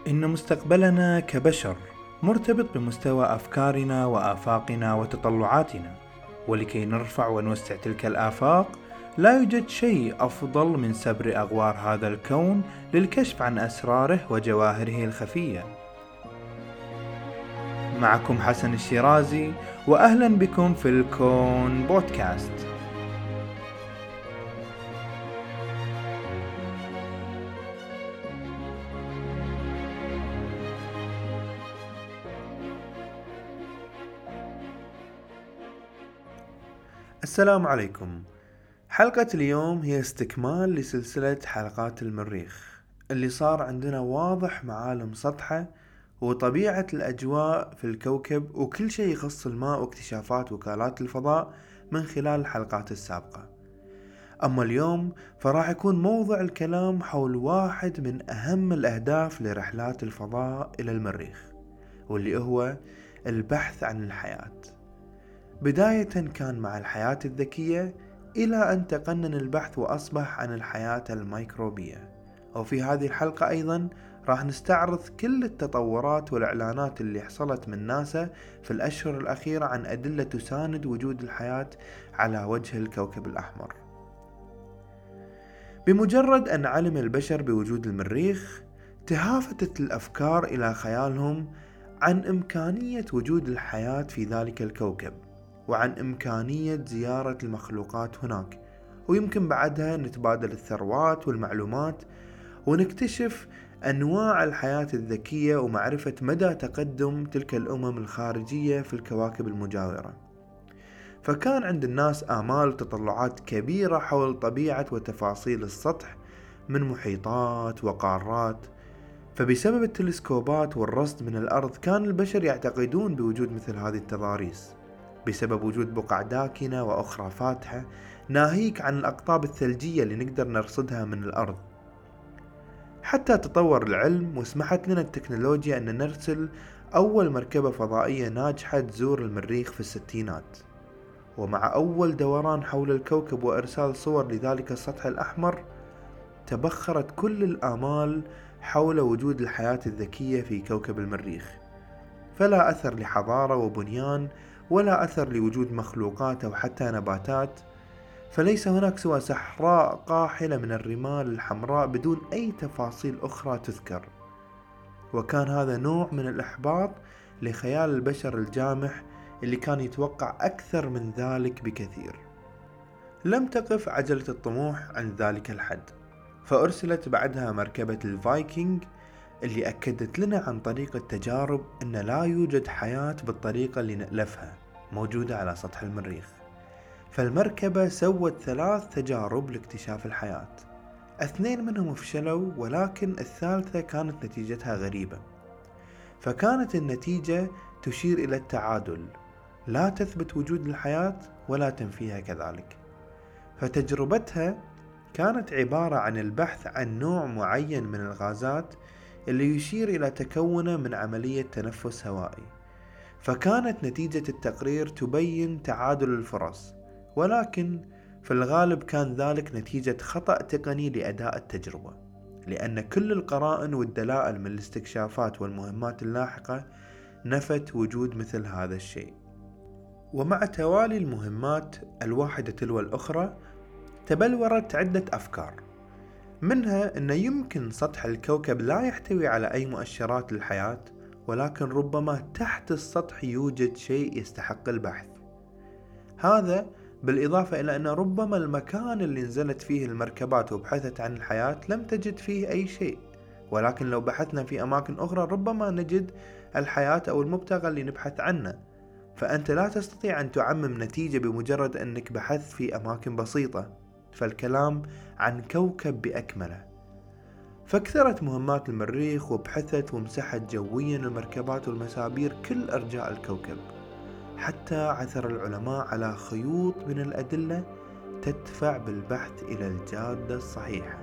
إن مستقبلنا كبشر مرتبط بمستوى أفكارنا وآفاقنا وتطلعاتنا، ولكي نرفع ونوسع تلك الآفاق لا يوجد شيء أفضل من سبر أغوار هذا الكون للكشف عن أسراره وجواهره الخفية. معكم حسن الشيرازي، وأهلا بكم في الكون بودكاست. السلام عليكم. حلقة اليوم هي استكمال لسلسلة حلقات المريخ اللي صار عندنا واضح معالم سطحه وطبيعة الأجواء في الكوكب وكل شيء يخص الماء واكتشافات وكالات الفضاء من خلال الحلقات السابقة. أما اليوم فراح يكون موضوع الكلام حول واحد من أهم الأهداف لرحلات الفضاء إلى المريخ، واللي هو البحث عن الحياة. بداية كان مع الحياة الذكية، إلى أن تقنن البحث وأصبح عن الحياة الميكروبية. وفي هذه الحلقة أيضا راح نستعرض كل التطورات والإعلانات اللي حصلت من ناسا في الأشهر الأخيرة عن أدلة تساند وجود الحياة على وجه الكوكب الأحمر. بمجرد أن علم البشر بوجود المريخ، تهافتت الأفكار إلى خيالهم عن إمكانية وجود الحياة في ذلك الكوكب، وعن إمكانية زيارة المخلوقات هناك، ويمكن بعدها نتبادل الثروات والمعلومات ونكتشف أنواع الحياة الذكية ومعرفة مدى تقدم تلك الأمم الخارجية في الكواكب المجاورة. فكان عند الناس آمال وتطلعات كبيرة حول طبيعة وتفاصيل السطح من محيطات وقارات. فبسبب التلسكوبات والرصد من الأرض كان البشر يعتقدون بوجود مثل هذه التضاريس، بسبب وجود بقع داكنة وأخرى فاتحة، ناهيك عن الأقطاب الثلجية اللي نقدر نرصدها من الأرض. حتى تطور العلم وسمحت لنا التكنولوجيا أن نرسل أول مركبة فضائية ناجحة تزور المريخ في الستينات. ومع أول دوران حول الكوكب وإرسال صور لذلك السطح الأحمر، تبخرت كل الآمال حول وجود الحياة الذكية في كوكب المريخ. فلا أثر لحضارة وبنيان، ولا أثر لوجود مخلوقات أو حتى نباتات، فليس هناك سوى صحراء قاحلة من الرمال الحمراء بدون أي تفاصيل أخرى تذكر. وكان هذا نوع من الإحباط لخيال البشر الجامح اللي كان يتوقع أكثر من ذلك بكثير. لم تقف عجلة الطموح عند ذلك الحد، فأرسلت بعدها مركبة الفايكنج اللي أكدت لنا عن طريق التجارب أن لا يوجد حياة بالطريقة اللي نألفها موجودة على سطح المريخ. فالمركبة سوت 3 تجارب لاكتشاف الحياة، 2 منهم فشلوا، ولكن الثالثة كانت نتيجتها غريبة. فكانت النتيجة تشير إلى التعادل، لا تثبت وجود الحياة ولا تنفيها كذلك. فتجربتها كانت عبارة عن البحث عن نوع معين من الغازات اللي يشير إلى تكونه من عملية تنفس هوائي. فكانت نتيجة التقرير تبين تعادل الفرص، ولكن في الغالب كان ذلك نتيجة خطأ تقني لأداء التجربة، لأن كل القرائن والدلائل من الاستكشافات والمهمات اللاحقة نفت وجود مثل هذا الشيء. ومع توالي المهمات الواحدة تلو الأخرى، تبلورت عدة أفكار، منها أن يمكن سطح الكوكب لا يحتوي على أي مؤشرات للحياة، ولكن ربما تحت السطح يوجد شيء يستحق البحث. هذا بالإضافة إلى أن ربما المكان اللي نزلت فيه المركبات وبحثت عن الحياة لم تجد فيه أي شيء، ولكن لو بحثنا في أماكن أخرى ربما نجد الحياة أو المبتغى اللي نبحث عنه. فأنت لا تستطيع أن تعمم نتيجة بمجرد أنك بحثت في أماكن بسيطة، فالكلام عن كوكب بأكمله. فاكثرت مهمات المريخ وبحثت ومسحت جويا المركبات والمسابير كل أرجاء الكوكب، حتى عثر العلماء على خيوط من الأدلة تدفع بالبحث إلى الجادة الصحيحة.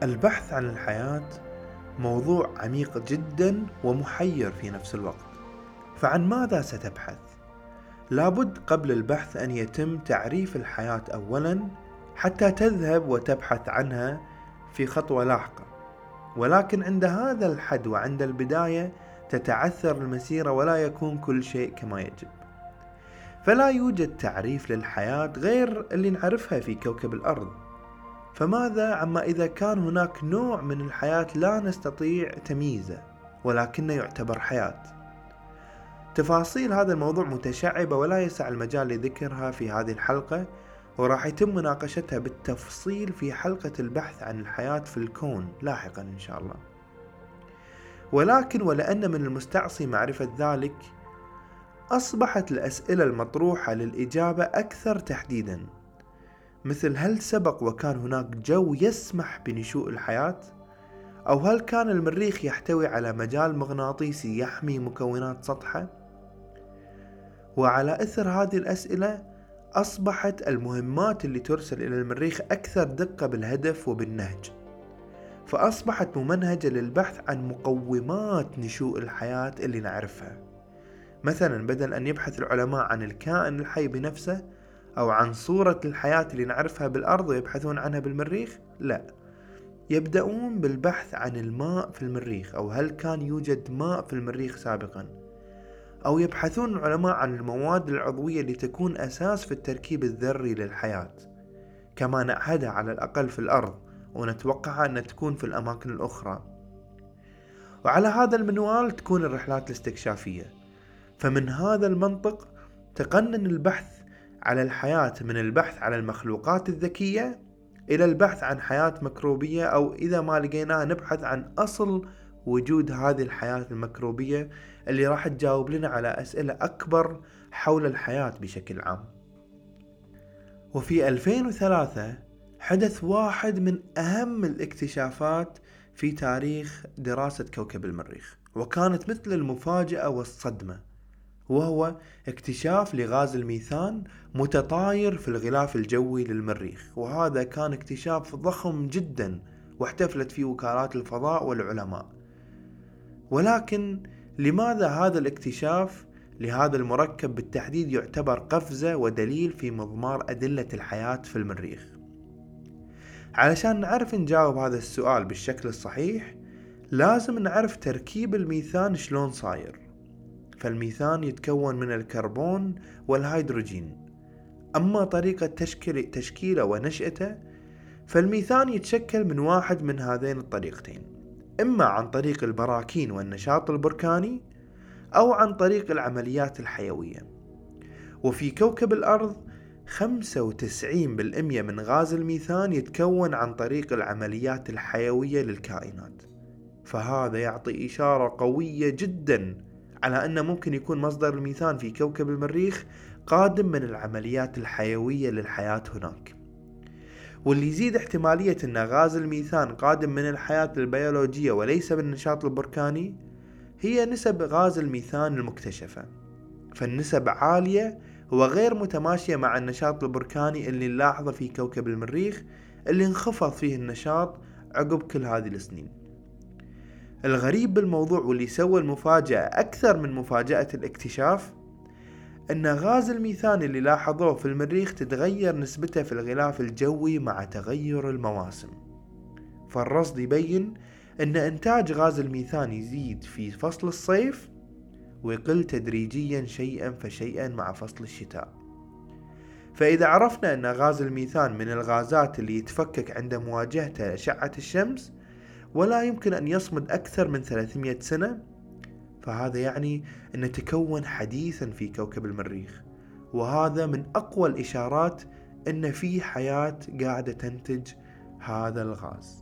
البحث عن الحياة موضوع عميق جدا ومحير في نفس الوقت. فعن ماذا ستبحث؟ لابد قبل البحث أن يتم تعريف الحياة أولا حتى تذهب وتبحث عنها في خطوة لاحقة. ولكن عند هذا الحد وعند البداية تتعثر المسيرة ولا يكون كل شيء كما يجب. فلا يوجد تعريف للحياة غير اللي نعرفها في كوكب الأرض. فماذا عما إذا كان هناك نوع من الحياة لا نستطيع تمييزه ولكنه يعتبر حياة؟ تفاصيل هذا الموضوع متشعبة ولا يسع المجال لذكرها في هذه الحلقة، وراح يتم مناقشتها بالتفصيل في حلقة البحث عن الحياة في الكون لاحقا إن شاء الله. ولكن ولأن من المستعصي معرفة ذلك، أصبحت الأسئلة المطروحة للإجابة أكثر تحديدا، مثل هل سبق وكان هناك جو يسمح بنشوء الحياة؟ أو هل كان المريخ يحتوي على مجال مغناطيسي يحمي مكونات سطحه؟ وعلى إثر هذه الأسئلة أصبحت المهمات اللي ترسل إلى المريخ أكثر دقة بالهدف وبالنهج، فأصبحت ممنهجة للبحث عن مقومات نشوء الحياة اللي نعرفها. مثلا بدل أن يبحث العلماء عن الكائن الحي بنفسه أو عن صورة الحياة اللي نعرفها بالأرض ويبحثون عنها بالمريخ، لا، يبدأون بالبحث عن الماء في المريخ، أو هل كان يوجد ماء في المريخ سابقا، أو يبحثون العلماء عن المواد العضوية اللي تكون أساس في التركيب الذري للحياة، كما نعهدها على الأقل في الأرض ونتوقع أن تكون في الأماكن الأخرى. وعلى هذا المنوال تكون الرحلات الاستكشافية. فمن هذا المنطق تقنن البحث على الحياة من البحث على المخلوقات الذكية إلى البحث عن حياة ميكروبية، أو إذا ما لقيناها نبحث عن أصل وجود هذه الحياة الميكروبية اللي راح تجاوب لنا على أسئلة أكبر حول الحياة بشكل عام. وفي 2003 حدث واحد من أهم الاكتشافات في تاريخ دراسة كوكب المريخ، وكانت مثل المفاجأة والصدمة، وهو اكتشاف لغاز الميثان متطاير في الغلاف الجوي للمريخ. وهذا كان اكتشاف ضخم جدا واحتفلت فيه وكالات الفضاء والعلماء. ولكن لماذا هذا الاكتشاف لهذا المركب بالتحديد يعتبر قفزة ودليل في مضمار أدلة الحياة في المريخ؟ علشان نعرف نجاوب هذا السؤال بالشكل الصحيح لازم نعرف تركيب الميثان شلون صاير. فالميثان يتكون من الكربون والهيدروجين. أما طريقة تشكيله ونشأته، فالميثان يتشكل من واحد من هذين الطريقتين، إما عن طريق البراكين والنشاط البركاني أو عن طريق العمليات الحيوية. وفي كوكب الأرض 95% من غاز الميثان يتكون عن طريق العمليات الحيوية للكائنات. فهذا يعطي إشارة قوية جدا على أنه ممكن يكون مصدر الميثان في كوكب المريخ قادم من العمليات الحيوية للحياة هناك. واللي يزيد احتمالية أن غاز الميثان قادم من الحياة البيولوجية وليس من النشاط البركاني هي نسب غاز الميثان المكتشفة. فالنسب عالية وغير متماشية مع النشاط البركاني اللي نلاحظه في كوكب المريخ اللي انخفض فيه النشاط عقب كل هذه السنين. الغريب بالموضوع واللي سوى المفاجأة أكثر من مفاجأة الاكتشاف أن غاز الميثان اللي لاحظوه في المريخ تتغير نسبته في الغلاف الجوي مع تغير المواسم. فالرصد يبين أن إنتاج غاز الميثان يزيد في فصل الصيف ويقل تدريجيا شيئا فشيئا مع فصل الشتاء. فإذا عرفنا أن غاز الميثان من الغازات اللي يتفكك عند مواجهته لأشعة الشمس ولا يمكن أن يصمد أكثر من 300 سنة، فهذا يعني أن تكون حديثا في كوكب المريخ، وهذا من أقوى الإشارات أن في حياة قاعدة تنتج هذا الغاز.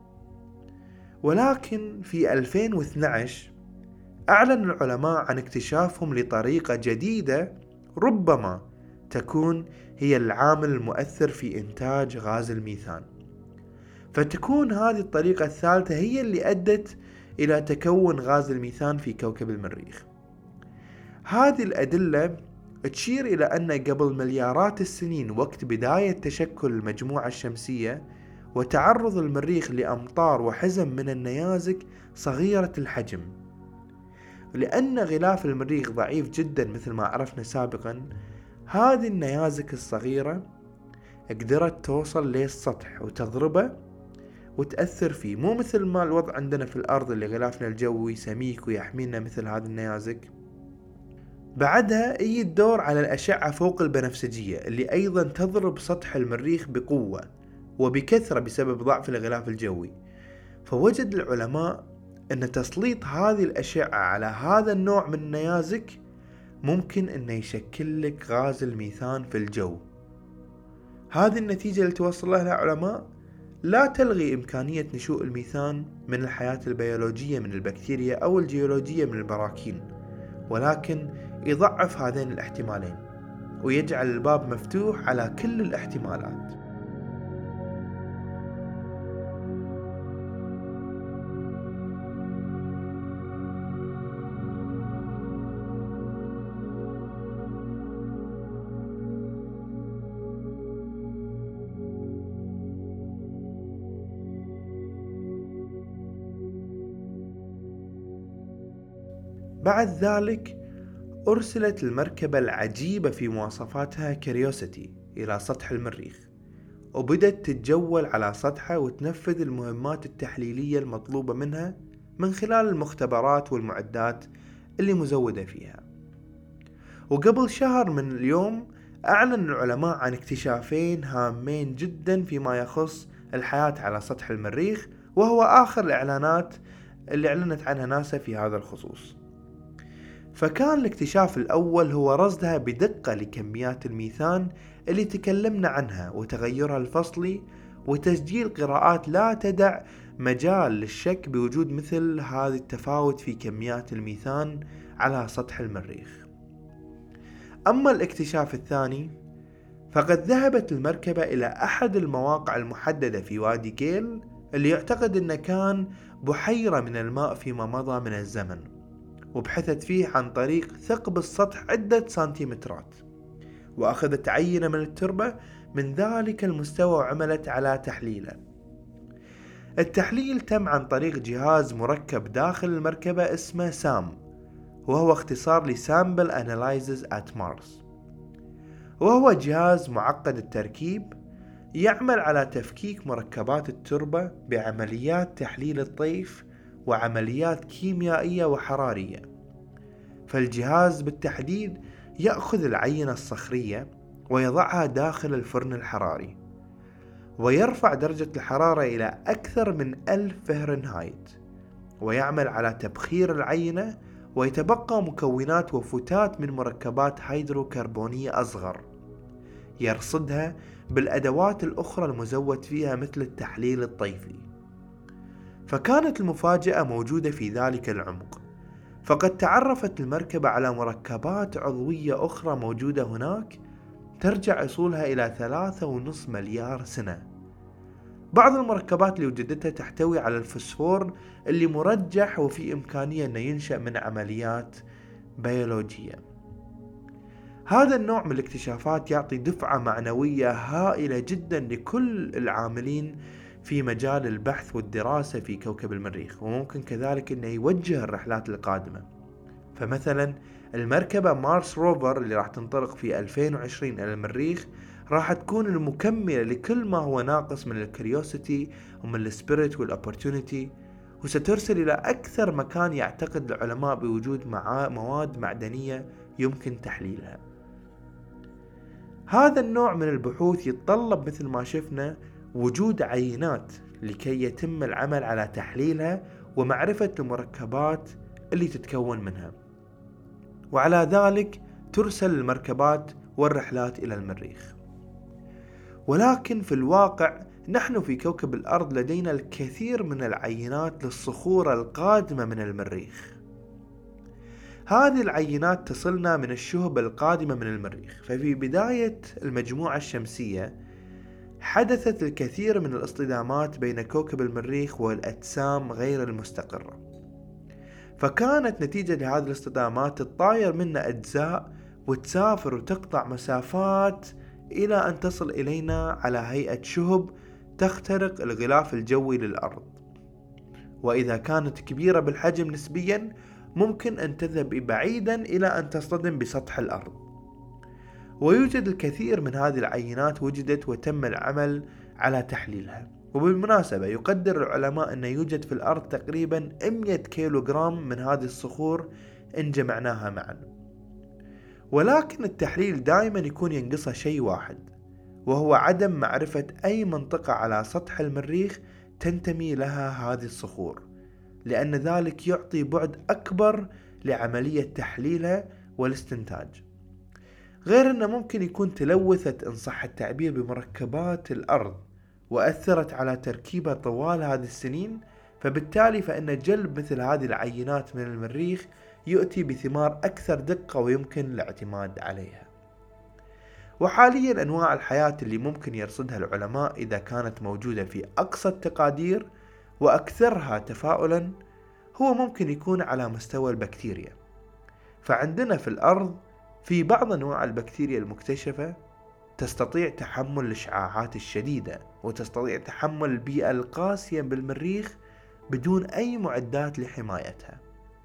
ولكن في 2012 أعلن العلماء عن اكتشافهم لطريقة جديدة ربما تكون هي العامل المؤثر في إنتاج غاز الميثان. فتكون هذه الطريقة الثالثة هي اللي أدت إلى تكون غاز الميثان في كوكب المريخ. هذه الأدلة تشير إلى أن قبل مليارات السنين وقت بداية تشكل المجموعة الشمسية وتعرض المريخ لأمطار وحزم من النيازك صغيرة الحجم. لأن غلاف المريخ ضعيف جدا مثل ما عرفنا سابقا، هذه النيازك الصغيرة قدرت توصل للسطح وتضربه وتأثر فيه، مو مثل ما الوضع عندنا في الأرض اللي غلافنا الجوي سميك ويحمينا مثل هذه النيازك. بعدها يجي الدور على الأشعة فوق البنفسجية اللي أيضا تضرب سطح المريخ بقوة وبكثرة بسبب ضعف الغلاف الجوي. فوجد العلماء أن تسليط هذه الأشعة على هذا النوع من النيازك ممكن أنه يشكل لك غاز الميثان في الجو. هذه النتيجة اللي توصل لها العلماء لا تلغي إمكانية نشوء الميثان من الحياة البيولوجية من البكتيريا أو الجيولوجية من البراكين، ولكن يضعف هذين الاحتمالين ويجعل الباب مفتوح على كل الاحتمالات. بعد ذلك أرسلت المركبة العجيبة في مواصفاتها كيوريوسيتي إلى سطح المريخ، وبدت تتجول على سطحه وتنفذ المهمات التحليلية المطلوبة منها من خلال المختبرات والمعدات اللي مزودة فيها. وقبل شهر من اليوم أعلن العلماء عن اكتشافين هامين جدا فيما يخص الحياة على سطح المريخ، وهو آخر الإعلانات اللي أعلنت عنها ناسا في هذا الخصوص. فكان الاكتشاف الأول هو رصدها بدقة لكميات الميثان اللي تكلمنا عنها وتغيرها الفصلي، وتسجيل قراءات لا تدع مجال للشك بوجود مثل هذا التفاوت في كميات الميثان على سطح المريخ. أما الاكتشاف الثاني فقد ذهبت المركبة إلى أحد المواقع المحددة في وادي جيل اللي يعتقد أنه كان بحيرة من الماء فيما مضى من الزمن، وبحثت فيه عن طريق ثقب السطح عدة سنتيمترات، وأخذت عينة من التربة من ذلك المستوى وعملت على تحليله. التحليل تم عن طريق جهاز مركب داخل المركبة اسمه سام، وهو اختصار لسامبل أنالايزز at مارس، وهو جهاز معقد التركيب يعمل على تفكيك مركبات التربة بعمليات تحليل الطيف وعمليات كيميائية وحرارية. فالجهاز بالتحديد يأخذ العينة الصخرية ويضعها داخل الفرن الحراري، ويرفع درجة الحرارة إلى أكثر من 1000 فهرنهايت، ويعمل على تبخير العينة، ويتبقى مكونات وفتات من مركبات هيدروكربونية أصغر يرصدها بالأدوات الأخرى المزود فيها مثل التحليل الطيفي. فكانت المفاجأة موجودة في ذلك العمق، فقد تعرفت المركبة على مركبات عضوية أخرى موجودة هناك ترجع أصولها إلى 3.5 مليار سنة. بعض المركبات اللي وجدتها تحتوي على الفسفور اللي مرجح وفي إمكانية أن ينشأ من عمليات بيولوجية. هذا النوع من الاكتشافات يعطي دفعة معنوية هائلة جدا لكل العاملين في مجال البحث والدراسة في كوكب المريخ، وممكن كذلك أنه يوجه الرحلات القادمة. فمثلا المركبة مارس روفر اللي راح تنطلق في 2020 إلى المريخ راح تكون المكملة لكل ما هو ناقص من الكريوسيتي ومن السبيريت والأوبورتونيتي، وسترسل إلى أكثر مكان يعتقد العلماء بوجود مواد معدنية يمكن تحليلها. هذا النوع من البحوث يتطلب مثل ما شفنا وجود عينات لكي يتم العمل على تحليلها ومعرفة المركبات اللي تتكون منها، وعلى ذلك ترسل المركبات والرحلات إلى المريخ. ولكن في الواقع نحن في كوكب الأرض لدينا الكثير من العينات للصخور القادمة من المريخ. هذه العينات تصلنا من الشهب القادمة من المريخ. ففي بداية المجموعة الشمسية حدثت الكثير من الاصطدامات بين كوكب المريخ والأجسام غير المستقرة، فكانت نتيجة لهذه الاصطدامات تتطاير منا أجزاء وتسافر وتقطع مسافات إلى أن تصل إلينا على هيئة شهب تخترق الغلاف الجوي للأرض، وإذا كانت كبيرة بالحجم نسبيا ممكن أن تذهب بعيدا إلى أن تصطدم بسطح الأرض. ويوجد الكثير من هذه العينات وجدت وتم العمل على تحليلها. وبالمناسبة يقدر العلماء أن يوجد في الأرض تقريبا 100 كيلوغرام من هذه الصخور إن جمعناها معا. ولكن التحليل دائما يكون ينقصه شيء واحد، وهو عدم معرفة أي منطقة على سطح المريخ تنتمي لها هذه الصخور، لأن ذلك يعطي بعد أكبر لعملية تحليلها والاستنتاج. غير أنه ممكن يكون تلوثت إن صح التعبير بمركبات الأرض وأثرت على تركيبها طوال هذه السنين، فبالتالي فإن جلب مثل هذه العينات من المريخ يؤتي بثمار أكثر دقة ويمكن الاعتماد عليها. وحاليا أنواع الحياة اللي ممكن يرصدها العلماء إذا كانت موجودة في أقصى التقادير وأكثرها تفاؤلا هو ممكن يكون على مستوى البكتيريا. فعندنا في الأرض في بعض أنواع البكتيريا المكتشفة تستطيع تحمل الإشعاعات الشديدة وتستطيع تحمل البيئة القاسية بالمريخ بدون أي معدات لحمايتها.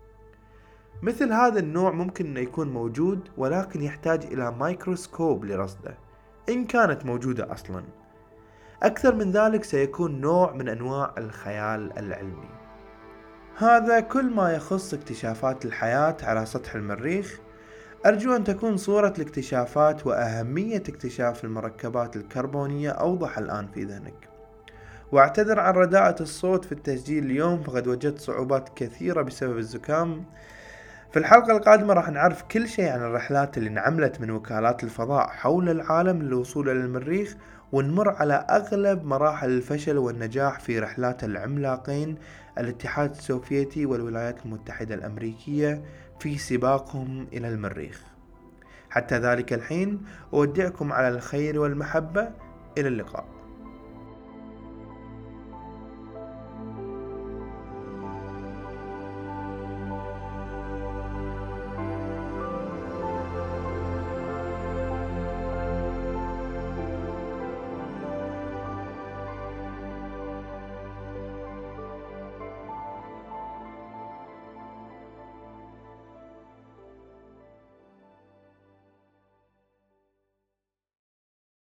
مثل هذا النوع ممكن أن يكون موجود، ولكن يحتاج إلى ميكروسكوب لرصده إن كانت موجودة أصلا. أكثر من ذلك سيكون نوع من أنواع الخيال العلمي. هذا كل ما يخص اكتشافات الحياة على سطح المريخ. أرجو أن تكون صورة الاكتشافات وأهمية اكتشاف المركبات الكربونية أوضح الآن في ذهنك. واعتذر عن رداءة الصوت في التسجيل اليوم، فقد وجدت صعوبات كثيرة بسبب الزكام. في الحلقة القادمة راح نعرف كل شيء عن الرحلات اللي انعملت من وكالات الفضاء حول العالم للوصول إلى المريخ، ونمر على أغلب مراحل الفشل والنجاح في رحلات العملاقين الاتحاد السوفيتي والولايات المتحدة الأمريكية في سباقهم إلى المريخ. حتى ذلك الحين أودعكم على الخير والمحبة، إلى اللقاء.